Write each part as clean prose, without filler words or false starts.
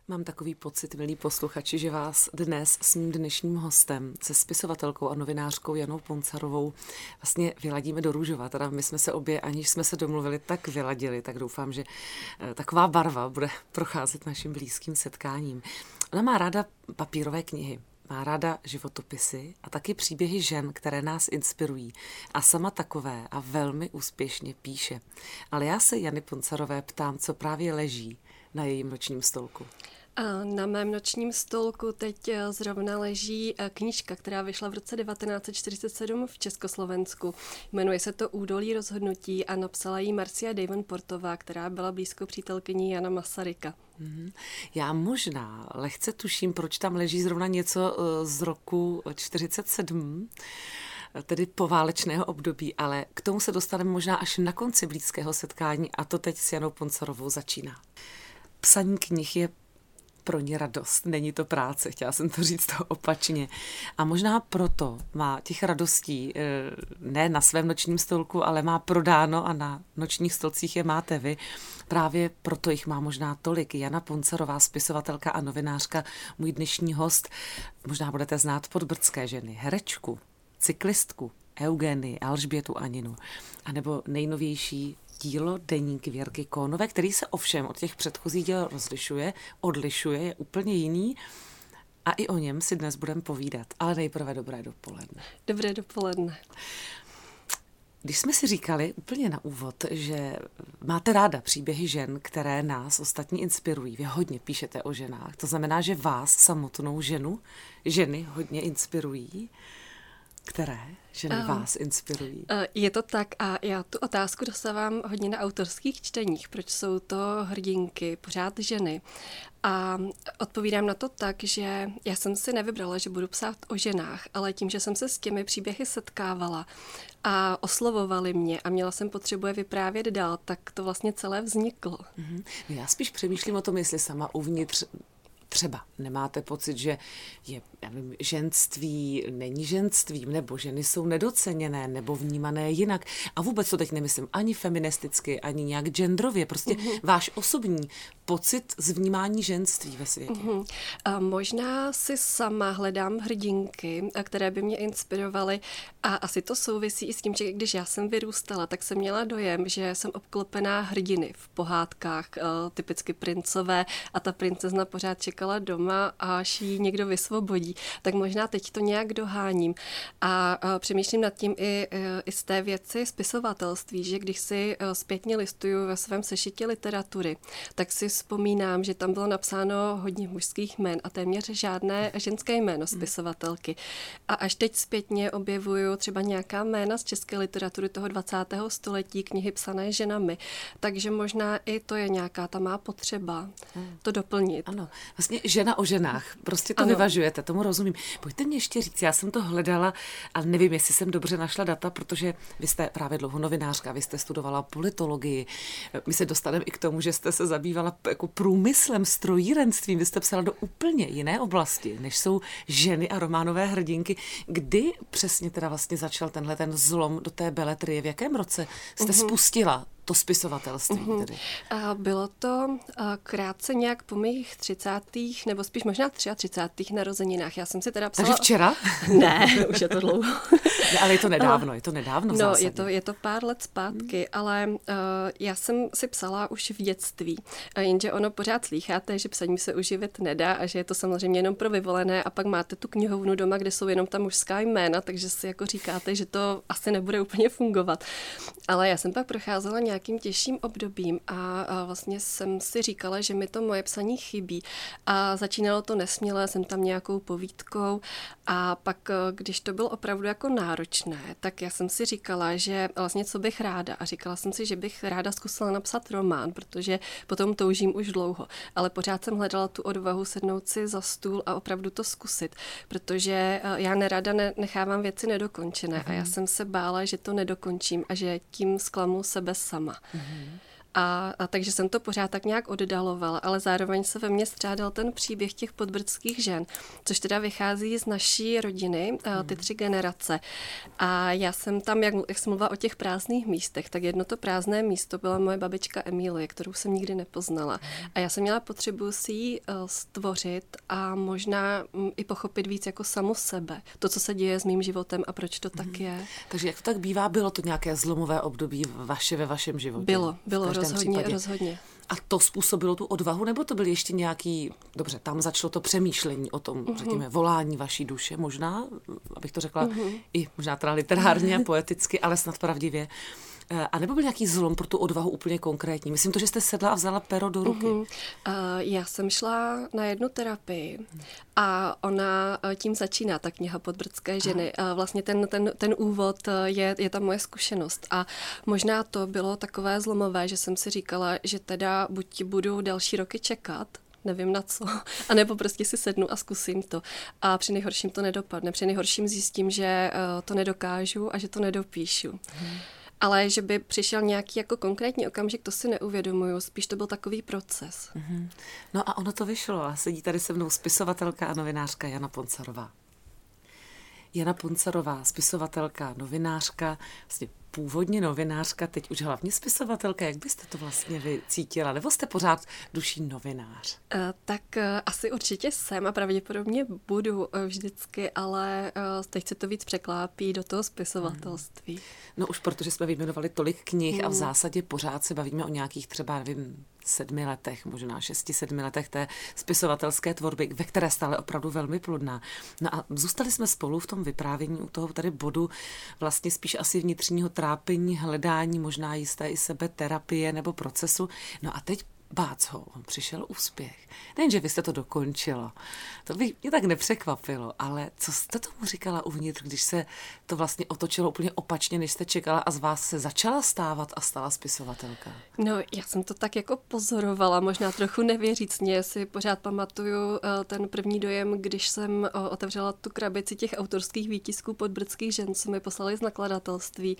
Mám takový pocit, milí posluchači, že vás dnes s mým dnešním hostem, se spisovatelkou a novinářkou Janou Poncarovou, vlastně vyladíme do růžova. Teda my jsme se obě, aniž jsme se domluvili, tak vyladili, tak doufám, že taková barva bude procházet naším blízkým setkáním. Ona má ráda papírové knihy, má ráda životopisy a taky příběhy žen, které nás inspirují. A sama takové a velmi úspěšně píše. Ale já se Jany Poncarové ptám, co právě leží na jejím nočním stolku. Na mém nočním stolku teď zrovna leží knížka, která vyšla v roce 1947 v Československu. Jmenuje se to Údolí rozhodnutí a napsala ji Marcia Davenportová, která byla blízkou přítelkyní Jana Masaryka. Já možná lehce tuším, proč tam leží zrovna něco z roku 1947, tedy poválečného období, ale k tomu se dostaneme možná až na konci blízkého setkání a to teď s Janou Poncarovou začíná. Psaní knih je pro ně radost, není to práce, chtěla jsem to říct to opačně. A možná proto má těch radostí ne na svém nočním stolku, ale má prodáno a na nočních stolcích je máte vy. Právě proto jich má možná tolik. Jana Poncarová, spisovatelka a novinářka, můj dnešní host. Možná budete znát podbrdské ženy, herečku, cyklistku, Eugenii, Alžbětu Aninu, anebo nejnovější dílo Deník Věrky Kónové, který se ovšem od těch předchozích děl odlišuje, je úplně jiný a i o něm si dnes budeme povídat. Ale nejprve dobré dopoledne. Dobré dopoledne. Když jsme si říkali úplně na úvod, že máte ráda příběhy žen, které nás ostatní inspirují, vy hodně píšete o ženách, to znamená, že vás samotnou ženy hodně inspirují. Které ženy vás inspirují? Je to tak a já tu otázku dostávám hodně na autorských čteních, proč jsou to hrdinky, pořád ženy. A odpovídám na to tak, že já jsem si nevybrala, že budu psát o ženách, ale tím, že jsem se s těmi příběhy setkávala a oslovovali mě a měla jsem potřebu je vyprávět dál, tak to vlastně celé vzniklo. Já spíš přemýšlím o tom, jestli sama uvnitř třeba nemáte pocit, že je, já vím, ženství není ženstvím, nebo ženy jsou nedoceněné, nebo vnímané jinak. A vůbec to teď nemyslím ani feministicky, ani nějak genderově. Prostě váš osobní pocit z vnímání ženství ve světě. A možná si sama hledám hrdinky, které by mě inspirovaly a asi to souvisí i s tím, že když já jsem vyrůstala, tak jsem měla dojem, že jsem obklopená hrdiny v pohádkách, typicky princové a ta princezna pořád čekala doma, až ji někdo vysvobodí. Tak možná teď to nějak doháním. A přemýšlím nad tím i z té věci spisovatelství, že když si zpětně listuju ve svém sešitě literatury, tak si vzpomínám, že tam bylo napsáno hodně mužských jmen a téměř žádné ženské jméno spisovatelky. A až teď zpětně objevuju třeba nějaká jména z české literatury toho 20. století, knihy psané ženami. Takže možná i to je nějaká ta má potřeba to doplnit. Ano, vlastně žena o ženách. Prostě to vyvažujete, tomu rozumím. Pojďte mě ještě říct, já jsem to hledala, ale nevím, jestli jsem dobře našla data, protože vy jste právě dlouho novinářka, vy jste studovala politologii. My se dostaneme i k tomu, že jste se zabývala jako průmyslem, strojírenstvím. Vy jste psala do úplně jiné oblasti, než jsou ženy a románové hrdinky. Kdy přesně teda vlastně začal tenhle ten zlom do té beletrie? V jakém roce jste spustila to spisovatelství tedy? A bylo to krátce nějak po mých 30. nebo spíš možná 33. narozeninách. Já jsem si teda psala... Takže včera? Ne, už je to dlouho. Ne, ale je to nedávno v zásadě. Je to pár let zpátky, ale já jsem si psala už v dětství. Jenže ono pořád slýcháte, že psaní se uživit nedá a že je to samozřejmě jenom pro vyvolené a pak máte tu knihovnu doma, kde jsou jenom ta mužská jména, takže si jako říkáte, že to asi nebude úplně fungovat. Ale já jsem pak procházela nějakým těžším obdobím a vlastně jsem si říkala, že mi to moje psaní chybí a začínalo to nesměle, jsem tam nějakou povídkou a pak, když to bylo opravdu jako náročné, tak já jsem si říkala, že vlastně co bych ráda a říkala jsem si, že bych ráda zkusila napsat román, protože potom toužím už dlouho, ale pořád jsem hledala tu odvahu sednout si za stůl a opravdu to zkusit, protože já nerada nechávám věci nedokončené a já jsem se bála, že to nedokončím a že tím zklamu sebe sama. A takže jsem to pořád tak nějak oddalovala, ale zároveň se ve mně střádal ten příběh těch podbrdských žen, což teda vychází z naší rodiny, ty 3 generace. A já jsem tam, jak jsem mluvila o těch prázdných místech, tak jedno to prázdné místo byla moje babička Emílie, kterou jsem nikdy nepoznala. A já jsem měla potřebu si ji stvořit a možná i pochopit víc jako samu sebe. To, co se děje s mým životem a proč to tak je. Takže jak to tak bývá, bylo to nějaké zlomové období ve vašem životě? Bylo rozhodně. A to způsobilo tu odvahu, nebo to byl ještě nějaký, dobře, tam začalo to přemýšlení o tom, řekněme, volání vaší duše, možná, abych to řekla, i možná teda literárně, poeticky, ale snad pravdivě. A nebo byl nějaký zlom pro tu odvahu úplně konkrétní? Myslím to, že jste sedla a vzala pero do ruky. Já jsem šla na jednu terapii a ona tím začíná, ta kniha Podbrdské ženy. Vlastně ten úvod je ta moje zkušenost. A možná to bylo takové zlomové, že jsem si říkala, že teda buď budu další roky čekat, nevím na co, anebo prostě si sednu a zkusím to. A při nejhorším to nedopadne. Při nejhorším zjistím, že to nedokážu a že to nedopíšu. Ale že by přišel nějaký jako konkrétní okamžik, to si neuvědomuju, spíš to byl takový proces. No a ono to vyšlo a sedí tady se mnou spisovatelka a novinářka Jana Poncarová. Jana Poncarová, spisovatelka, novinářka, vlastně původně novinářka, teď už hlavně spisovatelka. Jak byste to vlastně vy cítila? Nebo jste pořád duší novinář? Tak asi určitě jsem a pravděpodobně budu vždycky, ale teď se to víc překlápí do toho spisovatelství. No už protože jsme vyjmenovali tolik knih a v zásadě pořád se bavíme o nějakých třeba, nevím, 7 letech, možná 6-7 letech té spisovatelské tvorby, ve které stále opravdu velmi plodná. No a zůstali jsme spolu v tom vyprávění u toho tady bodu vlastně spíš asi vnitřního trápení, hledání, možná jisté i sebeterapie nebo procesu. No a teď báco, přišel úspěch. Nejenže vy jste to dokončila, to by mě tak nepřekvapilo, ale co jste tomu říkala uvnitř, když se to vlastně otočilo úplně opačně, než jste čekala a z vás se začala stávat a stala spisovatelka? No, já jsem to tak jako pozorovala, možná trochu nevěřícně, si pořád pamatuju ten první dojem, když jsem otevřela tu krabici těch autorských výtisků Podbrdských žen, co mi poslali z nakladatelství.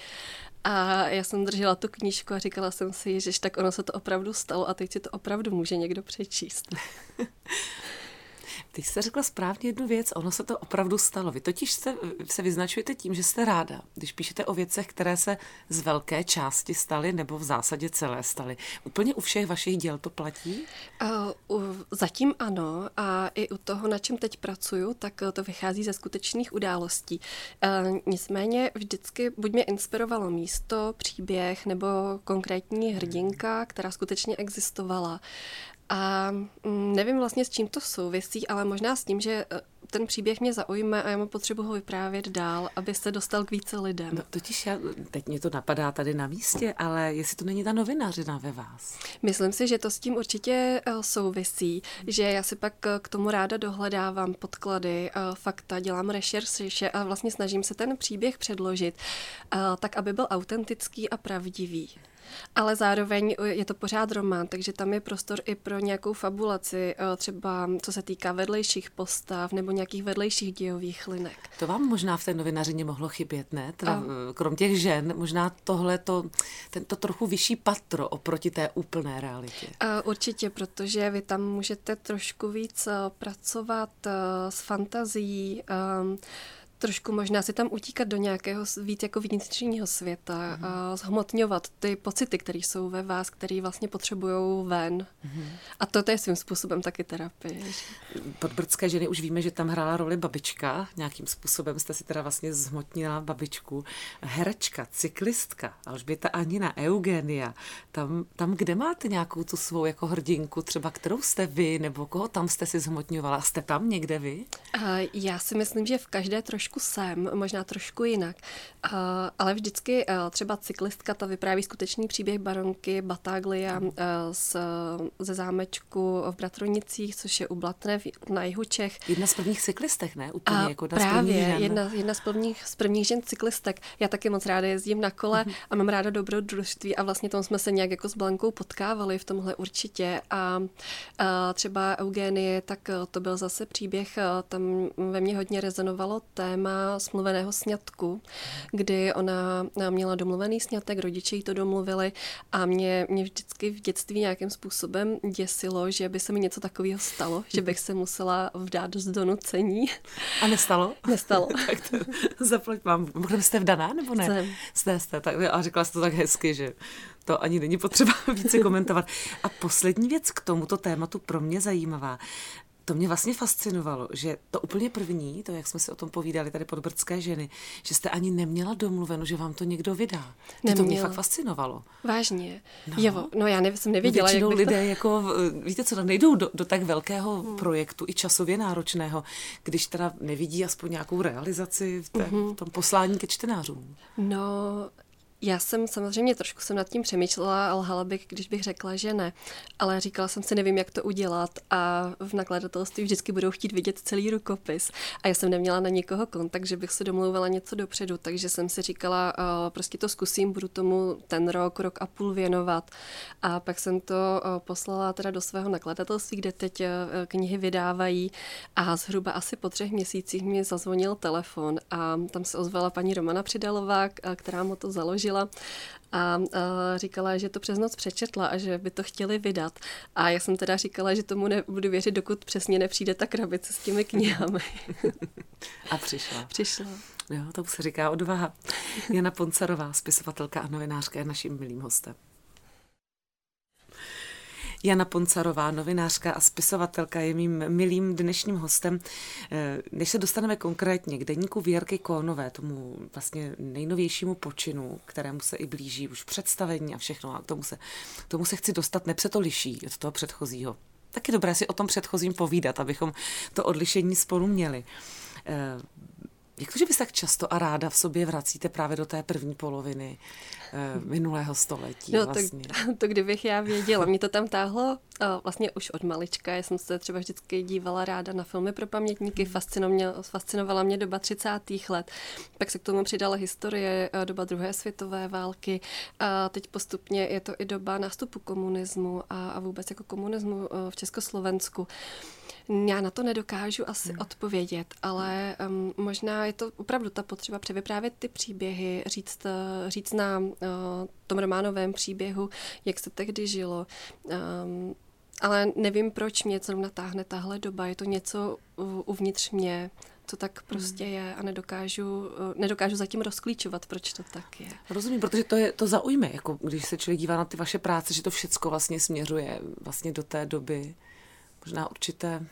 A já jsem držela tu knížku a říkala jsem si, ježiš, tak ono se to opravdu stalo a teď si to opravdu může někdo přečíst. Ty jste řekla správně jednu věc, ono se to opravdu stalo. Vy totiž se vyznačujete tím, že jste ráda, když píšete o věcech, které se z velké části staly nebo v zásadě celé staly. Úplně u všech vašich děl to platí? Zatím ano a i u toho, na čem teď pracuju, tak to vychází ze skutečných událostí. Nicméně vždycky buď mě inspirovalo místo, příběh nebo konkrétní hrdinka, která skutečně existovala. A nevím vlastně, s čím to souvisí, ale možná s tím, že ten příběh mě zaujme a já mám potřebu ho vyprávět dál, aby se dostal k více lidem. No, totiž teď mě to napadá tady na místě, ale jestli to není ta novinařina ve vás? Myslím si, že to s tím určitě souvisí, že já si pak k tomu ráda dohledávám podklady, fakta, dělám rešerše a vlastně snažím se ten příběh předložit tak, aby byl autentický a pravdivý. Ale zároveň je to pořád román, takže tam je prostor i pro nějakou fabulaci, třeba co se týká vedlejších postav nebo nějakých vedlejších dějových linek. To vám možná v té novinařině mohlo chybět, ne? Teda, krom těch žen, možná tento trochu vyšší patro oproti té úplné realitě. Určitě, protože vy tam můžete trošku víc pracovat s fantazií, trošku možná si tam utíkat do nějakého víc jako vnitřního světa a zhmotňovat ty pocity, které jsou ve vás, které vlastně potřebujou ven. A to je svým způsobem taky terapie. Podbrdské ženy už víme, že tam hrála roli babička. Nějakým způsobem jste si teda vlastně zhmotnila babičku. Herečka, cyklistka, Alžběta Anina, Eugenia. Tam, kde máte nějakou tu svou jako hrdinku, třeba kterou jste vy, nebo koho tam jste si zhmotňovala? Jste tam někde vy? Já si myslím, že v každé trošku jsem, možná trošku jinak. Ale vždycky třeba cyklistka, ta vypráví skutečný příběh baronky Battaglia ze zámečku v Bratronicích, což je u Blatné na jihu Čech. Jedna z prvních cyklistek, ne? Úplně jako právě, jedna z prvních žen cyklistek. Já taky moc ráda jezdím na kole a mám ráda dobrodružství a vlastně tam jsme se nějak jako s Blankou potkávali v tomhle určitě. A třeba Eugenie, tak to byl zase příběh, tam ve mně hodně rezonovalo téma téma smluveného sňatku, kdy ona měla domluvený sňatek, rodiče jí to domluvili a mě vždycky v dětství nějakým způsobem děsilo, že by se mi něco takového stalo, že bych se musela vdát z donucení. A nestalo? Nestalo. Tak to zaplať mám. Možná jste vdaná, nebo ne? Jste. Tak, a řekla jste to tak hezky, že to ani není potřeba více komentovat. A poslední věc k tomuto tématu pro mě zajímavá. To mě vlastně fascinovalo, že to úplně první, to, jak jsme si o tom povídali tady pod Brdské ženy, že jste ani neměla domluveno, že vám to někdo vydá. To mě fakt fascinovalo. Vážně. Jo, no já jsem nevěděla, většinou jak bych lidé jako, víte co, nejdou do tak velkého projektu, i časově náročného, když teda nevidí aspoň nějakou realizaci v tom poslání ke čtenářům. No, já jsem samozřejmě trošku nad tím přemýšlela a lhala bych, když bych řekla, že ne. Ale říkala jsem si, nevím, jak to udělat a v nakladatelství vždycky budou chtít vidět celý rukopis. A já jsem neměla na nikoho kontakt, že bych se domlouvala něco dopředu, takže jsem si říkala, prostě to zkusím, budu tomu ten rok a půl věnovat. A pak jsem to poslala teda do svého nakladatelství, kde teď knihy vydávají a zhruba asi po 3 měsících mi zazvonil telefon a tam se ozvala paní Romana Přidalová, která mu to založila a říkala, že to přes noc přečetla a že by to chtěli vydat. A já jsem teda říkala, že tomu nebudu věřit, dokud přesně nepřijde ta krabice s těmi knihami. A přišla. Přišla. Jo, to se říká odvaha. Jana Poncarová, spisovatelka a novinářka, je naším milým hostem. Jana Poncarová, novinářka a spisovatelka, je mým milým dnešním hostem. Než se dostaneme konkrétně k deníku Věrky Kónové, tomu vlastně nejnovějšímu počinu, kterému se i blíží už představení a všechno, a k tomu se chci dostat, neb se to liší od toho předchozího. Tak je dobré si o tom předchozím povídat, abychom to odlišení spolu měli. Jak to, že vy se tak často a ráda v sobě vracíte právě do té první poloviny minulého století? No vlastně? to kdybych já věděla. Mě to tam táhlo vlastně už od malička. Já jsem se třeba vždycky dívala ráda na filmy pro pamětníky. Fascinovala mě doba 30. let. Pak se k tomu přidala historie, doba druhé světové války. A teď postupně je to i doba nástupu komunismu a vůbec jako komunismu v Československu. Já na to nedokážu asi odpovědět, ale možná je to opravdu ta potřeba převyprávět ty příběhy, říct na tom románovém příběhu, jak se tehdy žilo. Ale nevím, proč mě zrovna táhne tahle doba. Je to něco uvnitř mě, co tak prostě je a nedokážu zatím rozklíčovat, proč to tak je. Rozumím, protože to zaujme, jako když se člověk dívá na ty vaše práce, že to všecko vlastně směřuje vlastně do té doby. Možná určité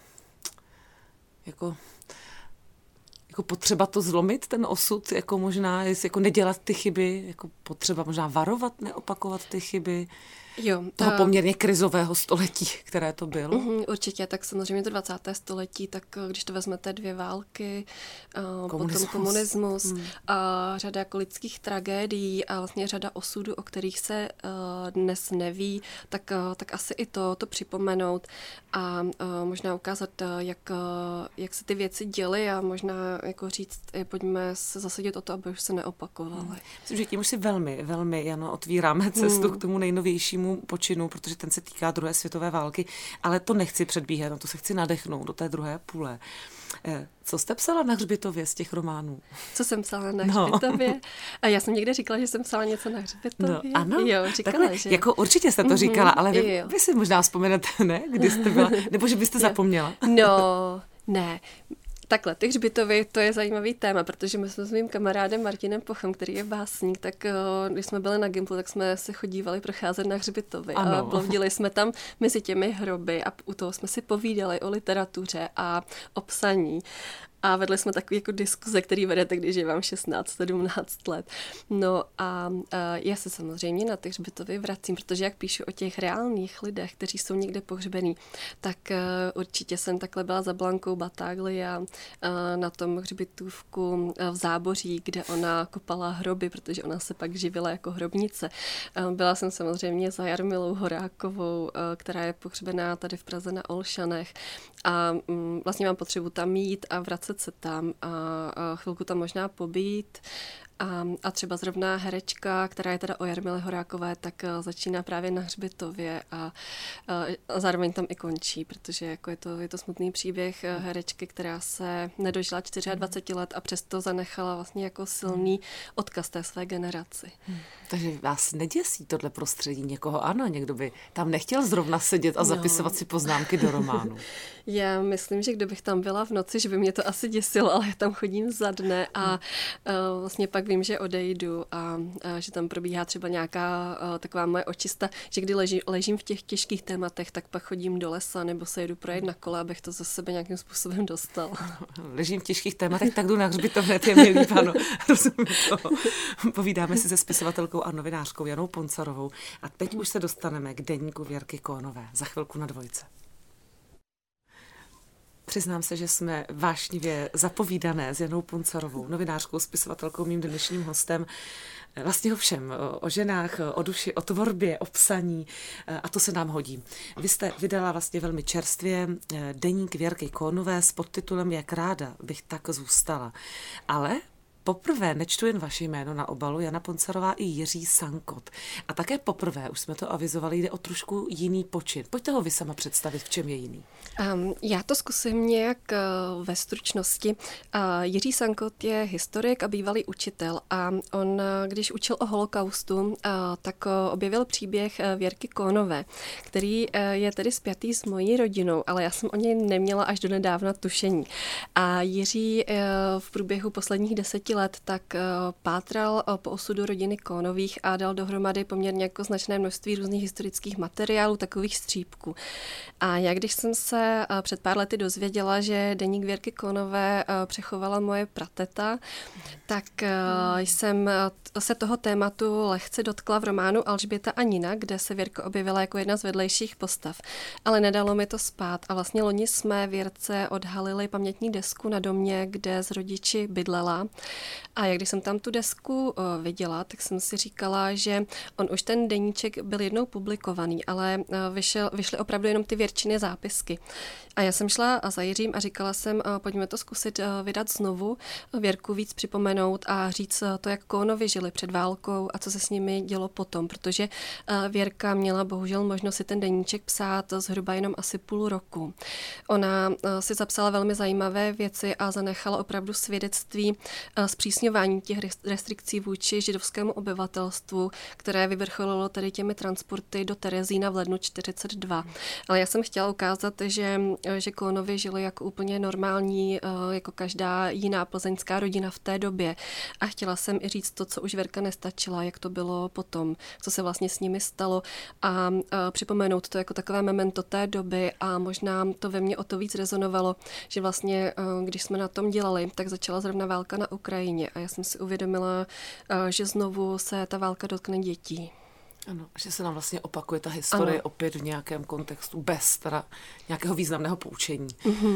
jako potřeba to zlomit, ten osud, jako možná jako nedělat ty chyby, jako potřeba možná varovat, neopakovat ty chyby. Jo, toho poměrně krizového století, které to bylo. Určitě, tak samozřejmě to 20. století, tak když to vezmete 2 války, potom komunismus, a řada jako lidských tragédií a vlastně řada osudů, o kterých se dnes neví, tak asi i to připomenout a možná ukázat, jak se ty věci děly a možná jako říct, pojďme se zasadit o to, aby už se neopakovaly. Myslím, že tím už si velmi, velmi, Jano, otvíráme cestu k tomu nejnovějšímu počinu, protože ten se týká druhé světové války, ale to nechci předbíhat, na to se chci nadechnout do té druhé půle. Co jste psala na hřbitově z těch románů? Co jsem psala na hřbitově? A já jsem někde říkala, že jsem psala něco na hřbitově. No, ano, jo, říkala, takhle, že? Jako určitě jste to říkala, ale vy si možná vzpomenete, ne? Kdy jste byla, nebo že byste zapomněla? No, ne. Takhle, ty hřbitovy, to je zajímavý téma, protože my jsme s mým kamarádem Martinem Pochem, který je básník, tak když jsme byli na Gimplu, tak jsme se chodívali procházet na hřbitovy a plovdili jsme tam mezi těmi hroby a u toho jsme si povídali o literatuře a o psaní. A vedli jsme takový jako diskuze, který vedete, když je vám 16-17 let. No a já se samozřejmě na ty hřbitovy vracím, protože jak píšu o těch reálných lidech, kteří jsou někde pohřbení, tak určitě jsem takhle byla za Blankou Battaglia na tom hřbitovku v Záboří, kde ona kopala hroby, protože ona se pak živila jako hrobnice. Byla jsem samozřejmě za Jarmilou Horákovou, která je pohřbená tady v Praze na Olšanech a vlastně mám potřebu tam jít a vracet se tam a chvilku tam možná pobít A třeba zrovna herečka, která je teda o Jarmile Horákové, tak začíná právě na hřbitově a zároveň tam i končí, protože jako je to smutný příběh herečky, která se nedožila 24 let a přesto zanechala vlastně jako silný odkaz té své generaci. Takže vás neděsí tohle prostředí někoho? Ano, někdo by tam nechtěl zrovna sedět a zapisovat si poznámky do románu. Já myslím, že kdybych tam byla v noci, že by mě to asi děsilo, ale já tam chodím za dne a vlastně pak vím, že odejdu a že tam probíhá třeba nějaká taková moje očista, že kdy ležím v těch těžkých tématech, tak pak chodím do lesa nebo se jedu projet na kole, abych to ze sebe nějakým způsobem dostal. Ležím v těžkých tématech, tak jdu na hřbitov, hned je mi líp, ano, rozumím to. Povídáme si se spisovatelkou a novinářkou Janou Poncarovou a teď už se dostaneme k deníku Věrky Kónové. Za chvilku na Dvojce. Přiznám se, že jsme vášnivě zapovídané s Janou Poncarovou, novinářkou, spisovatelkou, mým dnešním hostem. Vlastně o všem, o ženách, o duši, o tvorbě, o psaní a to se nám hodí. Vy jste vydala vlastně velmi čerstvě deník Věrky Kónové s podtitulem Jak ráda bych tak zůstala. Ale poprvé nečtu jen vaše jméno na obalu, Jana Poncarová i Jiří Sankot. A také poprvé, už jsme to avizovali, jde o trošku jiný počin. Pojďte ho vy sama představit, v čem je jiný. Já to zkusím nějak ve stručnosti. Jiří Sankot je historik a bývalý učitel a on, když učil o holokaustu, tak objevil příběh Věrky Kónové, který je tedy spjatý s mojí rodinou, ale já jsem o něj neměla až do nedávna tušení. A Jiří v průběhu posledních 10 let tak pátral po osudu rodiny Kónových a dal dohromady poměrně jako značné množství různých historických materiálů, takových střípků. A já, když jsem se před pár lety dozvěděla, že deník Věrky Kónové přechovala moje prateta, tak jsem se toho tématu lehce dotkla v románu Alžběta a Nina, kde se Věrka objevila jako jedna z vedlejších postav. Ale nedalo mi to spát a vlastně loni jsme Věrce odhalili pamětní desku na domě, kde s rodiči bydlela. A jak když jsem tam tu desku viděla, tak jsem si říkala, že on už ten deníček byl jednou publikovaný, ale vyšly opravdu jenom ty Věrčiny zápisky. A já jsem šla za Jiřím a říkala jsem, pojďme to zkusit vydat znovu, Věrku víc připomenout a říct to, jak Kónovi žili před válkou a co se s nimi dělo potom, protože Věrka měla bohužel možnost si ten deníček psát zhruba jenom asi půl roku. Ona si zapsala velmi zajímavé věci a zanechala opravdu svědectví zpřísňování těch restrikcí vůči židovskému obyvatelstvu, které vyvrcholilo tedy těmi transporty do Terezína v lednu 1942. Ale já jsem chtěla ukázat, že Kónovi žili jako úplně normální, jako každá jiná plzeňská rodina v té době. A chtěla jsem i říct to, co už Věrka nestačila, jak to bylo potom, co se vlastně s nimi stalo a připomenout to jako takové memento té doby a možná to ve mně o to víc rezonovalo, že vlastně, když jsme na tom dělali, tak začala zrovna válka na Ukrajině a já jsem si uvědomila, že znovu se ta válka dotkne dětí. Ano, že se nám vlastně opakuje ta historie opět v nějakém kontextu bez teda nějakého významného poučení.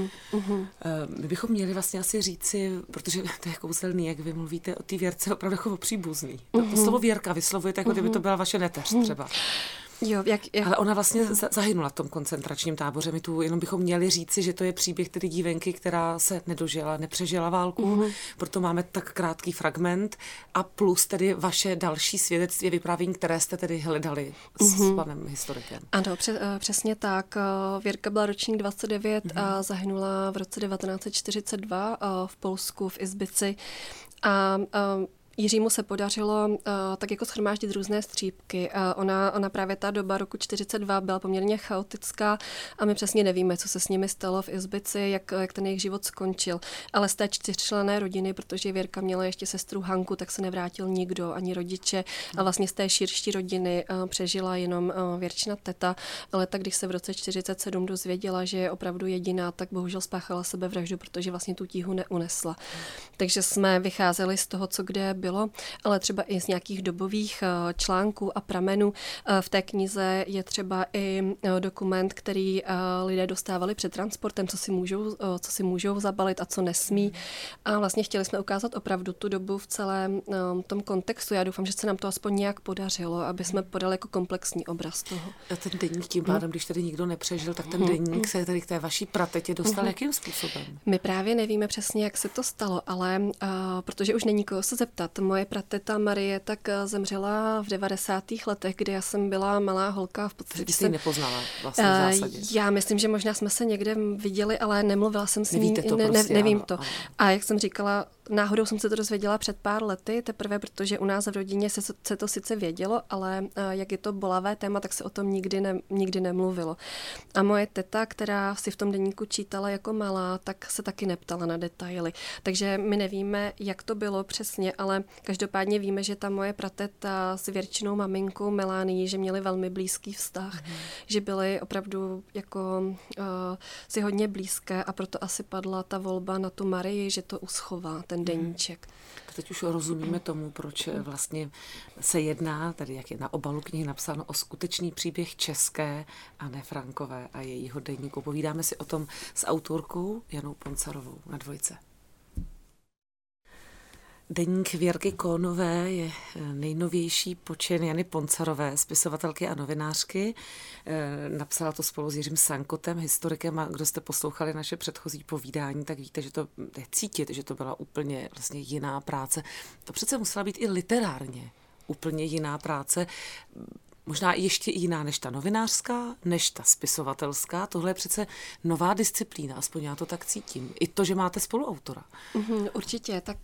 My bychom měli vlastně asi říci, protože to je kouzelný, jak vy mluvíte o té Věrce, opravdu jako o příbuzný. To slovo Věrka vyslovujete, jako kdyby to byla vaše neteř třeba. Jo, Ale ona vlastně zahynula v tom koncentračním táboře. My tu jenom bychom měli říci, že to je příběh tedy dívenky, která se nedožila, nepřežila válku, proto máme tak krátký fragment a plus tedy vaše další svědectví, vyprávění, které jste tedy hledali s panem historikem. Ano, přesně tak. Věrka byla ročník 29 a zahynula v roce 1942 v Polsku v Izbici a Jiřímu se podařilo tak jako shromáždit různé střípky. Ona právě ta doba roku 42 byla poměrně chaotická a my přesně nevíme, co se s nimi stalo v Izbici, jak ten jejich život skončil. Ale z té 4členné rodiny, protože Věrka měla ještě sestru Hanku, tak se nevrátil nikdo, ani rodiče. A vlastně z té širší rodiny přežila jenom Věrčina teta. Ale tak, když se v roce 47 dozvěděla, že je opravdu jediná, tak bohužel spáchala sebevraždu, protože vlastně tu tíhu neunesla. Takže jsme vycházeli z toho, co kde bylo, ale třeba i z nějakých dobových článků a pramenů. V té knize je třeba i dokument, který lidé dostávali před transportem, co si můžou zabalit a co nesmí. A vlastně chtěli jsme ukázat opravdu tu dobu v celém tom kontextu. Já doufám, že se nám to aspoň nějak podařilo, aby jsme podali jako komplexní obraz toho. A ten deník tím pádem, když tady nikdo nepřežil, tak ten deník se tady k té vaší pratetě dostal jakým způsobem? My právě nevíme přesně, jak se to stalo, ale protože už není koho se zeptat, Ta moje prateta Marie tak zemřela v 90. letech, kdy já jsem byla malá holka. V podstatě jsi ji nepoznala vlastně v zásadě. Já myslím, že možná jsme se někde viděli, ale nemluvila jsem s ní. Nevíte to prostě, nevím ano, to. ano. A jak jsem říkala, náhodou jsem se to dozvěděla před pár lety, teprve protože u nás v rodině se to sice vědělo, ale jak je to bolavé téma, tak se o tom nikdy nemluvilo. A moje teta, která si v tom deníku čítala jako malá, tak se taky neptala na detaily. Takže my nevíme, jak to bylo přesně, ale každopádně víme, že ta moje prateta s Věrčinou maminkou Melánii, že měli velmi blízký vztah, že byli opravdu jako si hodně blízké a proto asi padla ta volba na tu Marii, že to uschová, ten deníček. Teď už rozumíme tomu, proč vlastně se jedná, tady jak je na obalu knihy napsáno, o skutečný příběh České a ne Frankové a jejího deníku. Povídáme si o tom s autorkou Janou Poncarovou na Dvojce. Deník Věrky Kónové je nejnovější počin Jany Poncarové, spisovatelky a novinářky. Napsala to spolu s Jiřím Sankotem, historikem, a kdo jste poslouchali naše předchozí povídání, tak víte, že to je cítit, že to byla úplně vlastně jiná práce. To přece musela být i literárně úplně jiná práce, možná ještě jiná než ta novinářská, než ta spisovatelská. Tohle je přece nová disciplína, aspoň já to tak cítím. I to, že máte spoluautora. Určitě, tak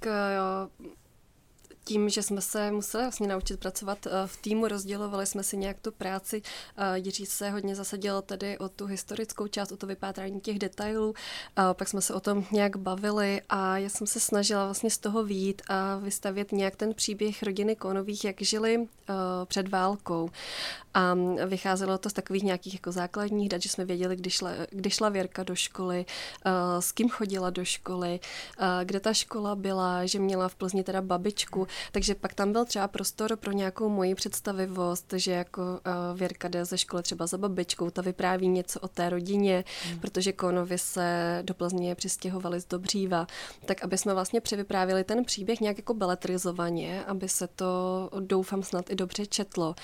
tím, že jsme se museli vlastně naučit pracovat v týmu, rozdělovali jsme si nějak tu práci. Jiří se hodně zasadil tady o tu historickou část, o to vypátrání těch detailů. Pak jsme se o tom nějak bavili a já jsem se snažila vlastně z toho vyjít a vystavět nějak ten příběh rodiny Kónových, jak žili před válkou. A vycházelo to z takových nějakých jako základních dat, že jsme věděli, kdy šla Věrka do školy, s kým chodila do školy, kde ta škola byla, že měla v Plzni teda babičku. Takže pak tam byl třeba prostor pro nějakou moji představivost, že jako Věrka jde ze školy třeba za babičkou, ta vypráví něco o té rodině, protože Kónovi se do Plzně přistěhovali z Dobříva, tak aby jsme vlastně převyprávili ten příběh nějak jako beletrizovaně, aby se to, doufám, snad i dobře četlo.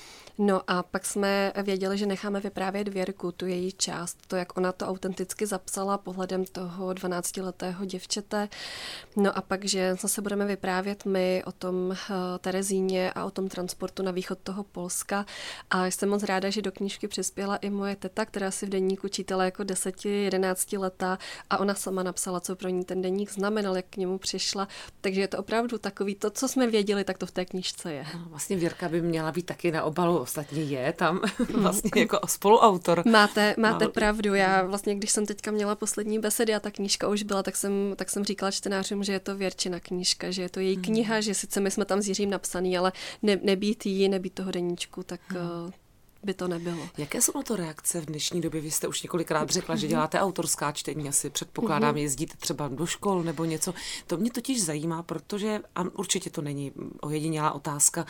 No a pak jsme věděli, že necháme vyprávět Věrku, tu její část, to, jak ona to autenticky zapsala pohledem toho 12letého děvčete. No a pak, že zase budeme vyprávět my o tom Terezíně a o tom transportu na východ toho Polska. A jsem moc ráda, že do knížky přispěla i moje teta, která si v deníku čítala jako 10-11 letá a ona sama napsala, co pro ní ten deník znamenal, jak k němu přišla. Takže je to opravdu takový to, co jsme věděli, tak to v té knížce je. No, vlastně Věrka by měla být taky na obalu. Ostatně je tam vlastně jako spoluautor. Máte pravdu. Já vlastně, když jsem teďka měla poslední besedy a ta knížka už byla, tak jsem říkala čtenářům, že je to Věrčina knížka, že je to její kniha, že sice my jsme tam s Jiřím napsaný, ale nebýt toho deníčku, tak by to nebylo. Jaké jsou na to reakce v dnešní době? Vy jste už několikrát řekla, že děláte autorská čtení, asi předpokládám, jezdíte třeba do škol nebo něco. To mě totiž zajímá, protože, a určitě to není ojedinělá otázka,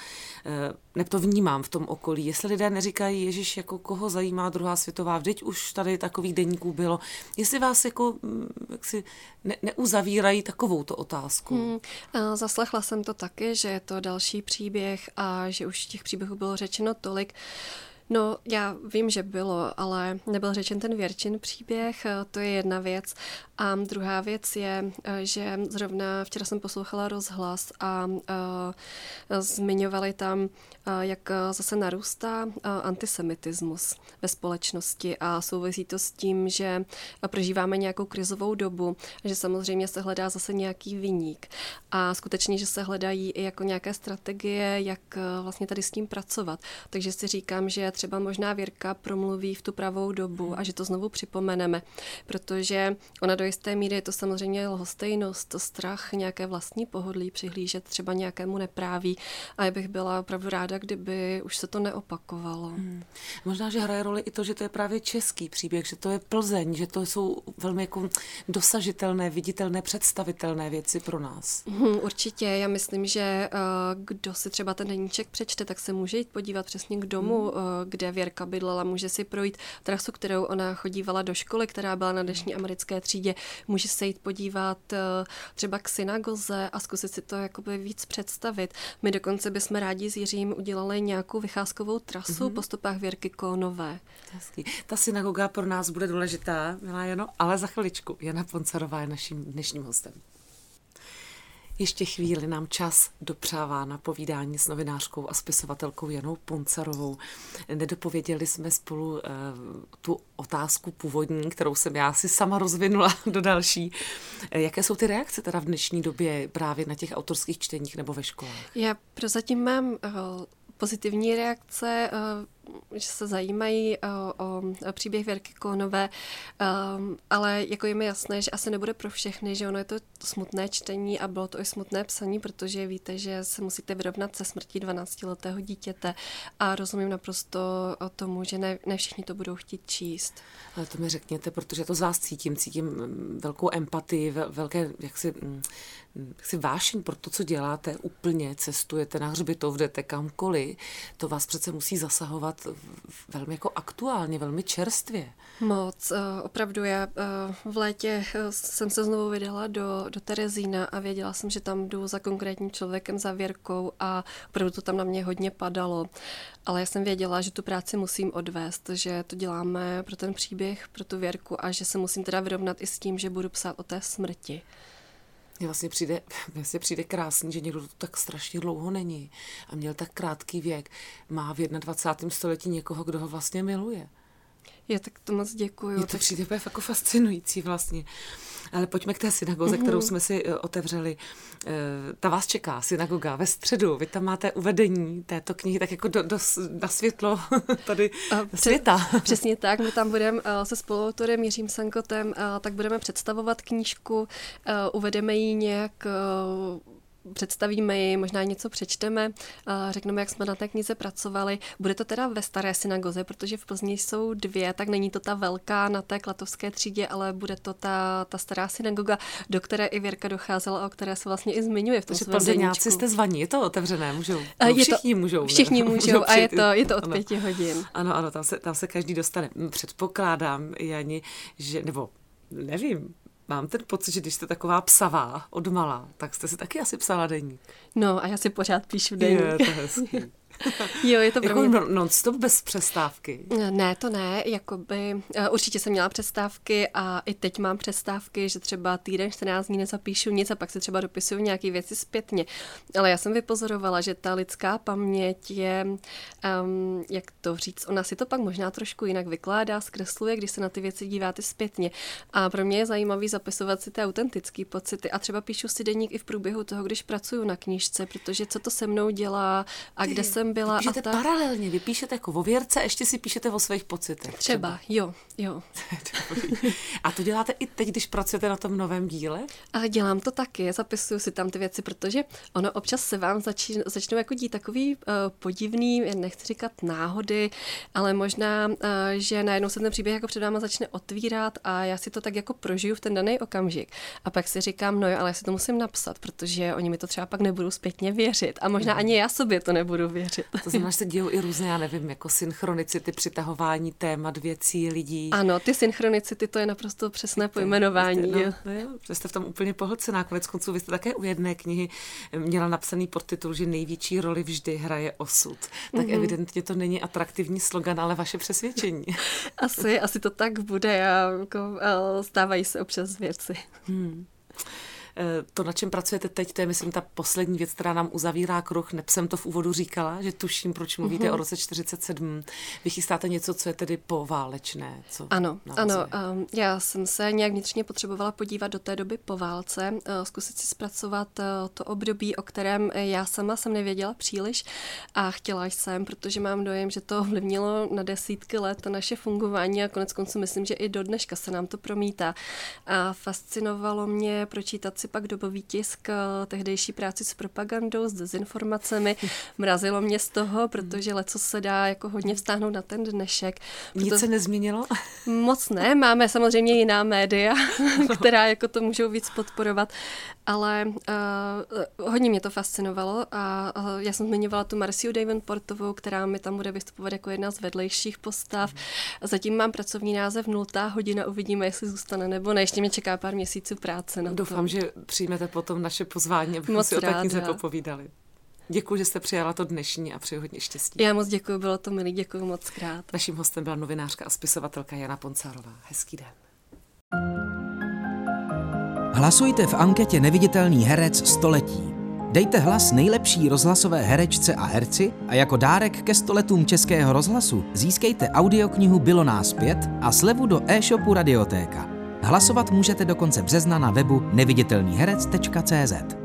ne to vnímám v tom okolí, jestli lidé neříkají, Ježiš, jako koho zajímá druhá světová, vždyť už tady takových deníků bylo. Jestli vás jako jaksi neuzavírají takovouto otázku. Zaslechla jsem to taky, že je to další příběh a že už těch příběhů bylo řečeno tolik. No, já vím, že bylo, ale nebyl řečen ten Věrčin příběh, to je jedna věc. A druhá věc je, že zrovna včera jsem poslouchala rozhlas a zmiňovali tam, jak zase narůstá antisemitismus ve společnosti a souvisí to s tím, že prožíváme nějakou krizovou dobu, že samozřejmě se hledá zase nějaký viník a skutečně, že se hledají i jako nějaké strategie, jak vlastně tady s tím pracovat. Takže si říkám, že třeba možná Věrka promluví v tu pravou dobu a že to znovu připomeneme, protože ona do jisté míry je to samozřejmě lhostejnost, to strach, nějaké vlastní pohodlí, přihlížet třeba nějakému nepráví a já bych byla opravdu ráda, kdyby už se to neopakovalo. Možná, že hraje roli i to, že to je právě český příběh, že to je Plzeň, že to jsou velmi jako dosažitelné, viditelné, představitelné věci pro nás. Určitě, já myslím, že kdo si třeba ten deníček přečte, tak se může jít podívat přesně k domu, kde Věrka bydlela, může si projít trasu, kterou ona chodívala do školy, která byla na dnešní americké třídě, může se jít podívat třeba k synagoze a zkusit si to jakoby víc představit. My dokonce bychom rádi s Jiřím udělali nějakou vycházkovou trasu po stopách Věrky Kónové. Hezký. Ta synagoga pro nás bude důležitá, milá Jano, ale za chviličku. Jana Poncarová je naším dnešním hostem. Ještě chvíli nám čas dopřává na povídání s novinářkou a spisovatelkou Janou Poncarovou. Nedopověděli jsme spolu tu otázku původní, kterou jsem já si sama rozvinula do další. Jaké jsou ty reakce teda v dnešní době právě na těch autorských čteních nebo ve školách? Já prozatím mám pozitivní reakce, že se zajímají o příběh Věrky Kohnové, ale jako je mi jasné, že asi nebude pro všechny, že ono je to smutné čtení a bylo to i smutné psaní, protože víte, že se musíte vyrovnat se smrtí 12letého dítěte a rozumím naprosto o tomu, že ne všichni to budou chtít číst. Ale to mi řekněte, protože to z vás cítím velkou empatii, velké jaksi vášeň pro to, co děláte, úplně cestujete na hřbitov, jdete kamkoliv, to vás přece musí zasahovat velmi jako aktuálně, velmi čerstvě. Moc. Opravdu já v létě jsem se znovu vydala do Terezína a věděla jsem, že tam jdu za konkrétním člověkem, za Věrkou a opravdu to tam na mě hodně padalo. Ale já jsem věděla, že tu práci musím odvést, že to děláme pro ten příběh, pro tu Věrku a že se musím teda vyrovnat i s tím, že budu psát o té smrti. Mně vlastně přijde krásný, že někdo tu tak strašně dlouho není a měl tak krátký věk. Má v 21. století někoho, kdo ho vlastně miluje. Já tak to moc děkuju. Mně to přijde jako fascinující vlastně. Ale pojďme k té synagoze, kterou jsme si otevřeli. Ta vás čeká, synagoga, ve středu. Vy tam máte uvedení této knihy tak jako na světlo tady světa. Přesně tak, my tam budeme se spoluautorem Jiřím Sankotem, tak budeme představovat knížku, uvedeme ji nějak, představíme ji, možná něco přečteme, řekneme, jak jsme na té knize pracovali. Bude to teda ve staré synagoze, protože v Plzni jsou dvě, tak není to ta velká na té Klatovské třídě, ale bude to ta stará synagoga, do které i Věrka docházela, o které se vlastně i zmiňuje v tom svém deníčku. Plzeňáci jste zvaní, je to otevřené, můžou? Všichni můžou. Všichni můžou a je to od 5 hodin. Ano, tam se každý dostane. Předpokládám, Jani, že, nebo nevím, mám ten pocit, že když jste taková psavá odmala, tak jste si taky asi psala deník. No a já si pořád píšu deník. Je to hezký. Jo, je to pro mě... non-stop bez přestávky? Ne, to ne, určitě jsem měla přestávky a i teď mám přestávky, že třeba týden, 14 dní nezapíšu nic a pak si třeba dopisuju nějaké věci zpětně. Ale já jsem vypozorovala, že ta lidská paměť je, jak to říct, ona si to pak možná trošku jinak vykládá, zkresluje, když se na ty věci díváte zpětně. A pro mě je zajímavý zapisovat si ty autentické pocity a třeba píšu si deník i v průběhu toho, když pracuju na knížce, protože co to se mnou dělá a kde jsem byla. Píšete paralelně, vy píšete jako o Věrce a ještě si píšete o svých pocitech. Třeba. Jo. A to děláte i teď, když pracujete na tom novém díle? A dělám to taky, zapisuju si tam ty věci, protože ono občas se vám začnou jako dít takový podivný, nechci říkat náhody, ale možná, že najednou se ten příběh jako před váma začne otvírat a já si to tak jako prožiju v ten daný okamžik. A pak si říkám, no jo, ale já si to musím napsat, protože oni mi to třeba pak nebudou zpětně věřit a možná ani já sobě to nebudu věřit. To znamená, že se dějou i různé, já nevím, jako synchronicity, přitahování témat, věcí, lidí. Ano, ty synchronicity, to je naprosto přesné pojmenování. Že jste v tom úplně pohlcená. Konec konců, vy jste také u jedné knihy měla napsaný podtitul, že největší roli vždy hraje osud. Tak evidentně to není atraktivní slogan, ale vaše přesvědčení. Asi to tak bude stávají se občas věci. To, na čem pracujete teď, to je, myslím, ta poslední věc, která nám uzavírá kruh. Neb jsem to v úvodu říkala, že tuším, proč mluvíte o roce 47. Vy chystáte něco, co je tedy poválečné. Ano. Já jsem se nějak vnitřně potřebovala podívat do té doby po válce, zkusit si zpracovat to období, o kterém já sama jsem nevěděla příliš a chtěla jsem, protože mám dojem, že to ovlivnilo na desítky let naše fungování a konec konců myslím, že i do dneška se nám to promítá. A fascinovalo mě pročítat si pak dobový tisk, tehdejší práci s propagandou, s dezinformacemi. Mrazilo mě z toho, protože leco se dá jako hodně vztáhnout na ten dnešek. Nic se nezměnilo? Moc ne, máme samozřejmě jiná média, která jako to můžou víc podporovat, ale hodně mě to fascinovalo a já jsem zmiňovala tu Marciu Davenportovou, která mi tam bude vystupovat jako jedna z vedlejších postav. Zatím mám pracovní název 0. hodina, uvidíme, jestli zůstane nebo ne. Ještě mě čeká pár měsíců práce na to. Doufám, že přijmete potom naše pozvání, abychom si o té knize popovídali. Děkuji, že jste přijala to dnešní a přeji hodně štěstí. Já moc děkuji, bylo to milý, děkuji moc krát. Naším hostem byla novinářka a spisovatelka Jana Poncarová. Hezký den. Hlasujte v anketě Neviditelný herec století. Dejte hlas nejlepší rozhlasové herečce a herci a jako dárek ke 100 letům Českého rozhlasu získejte audioknihu Bylo nás 5 a slevu do e-shopu Radiotéka. Hlasovat můžete do konce března na webu neviditelnýherec.cz.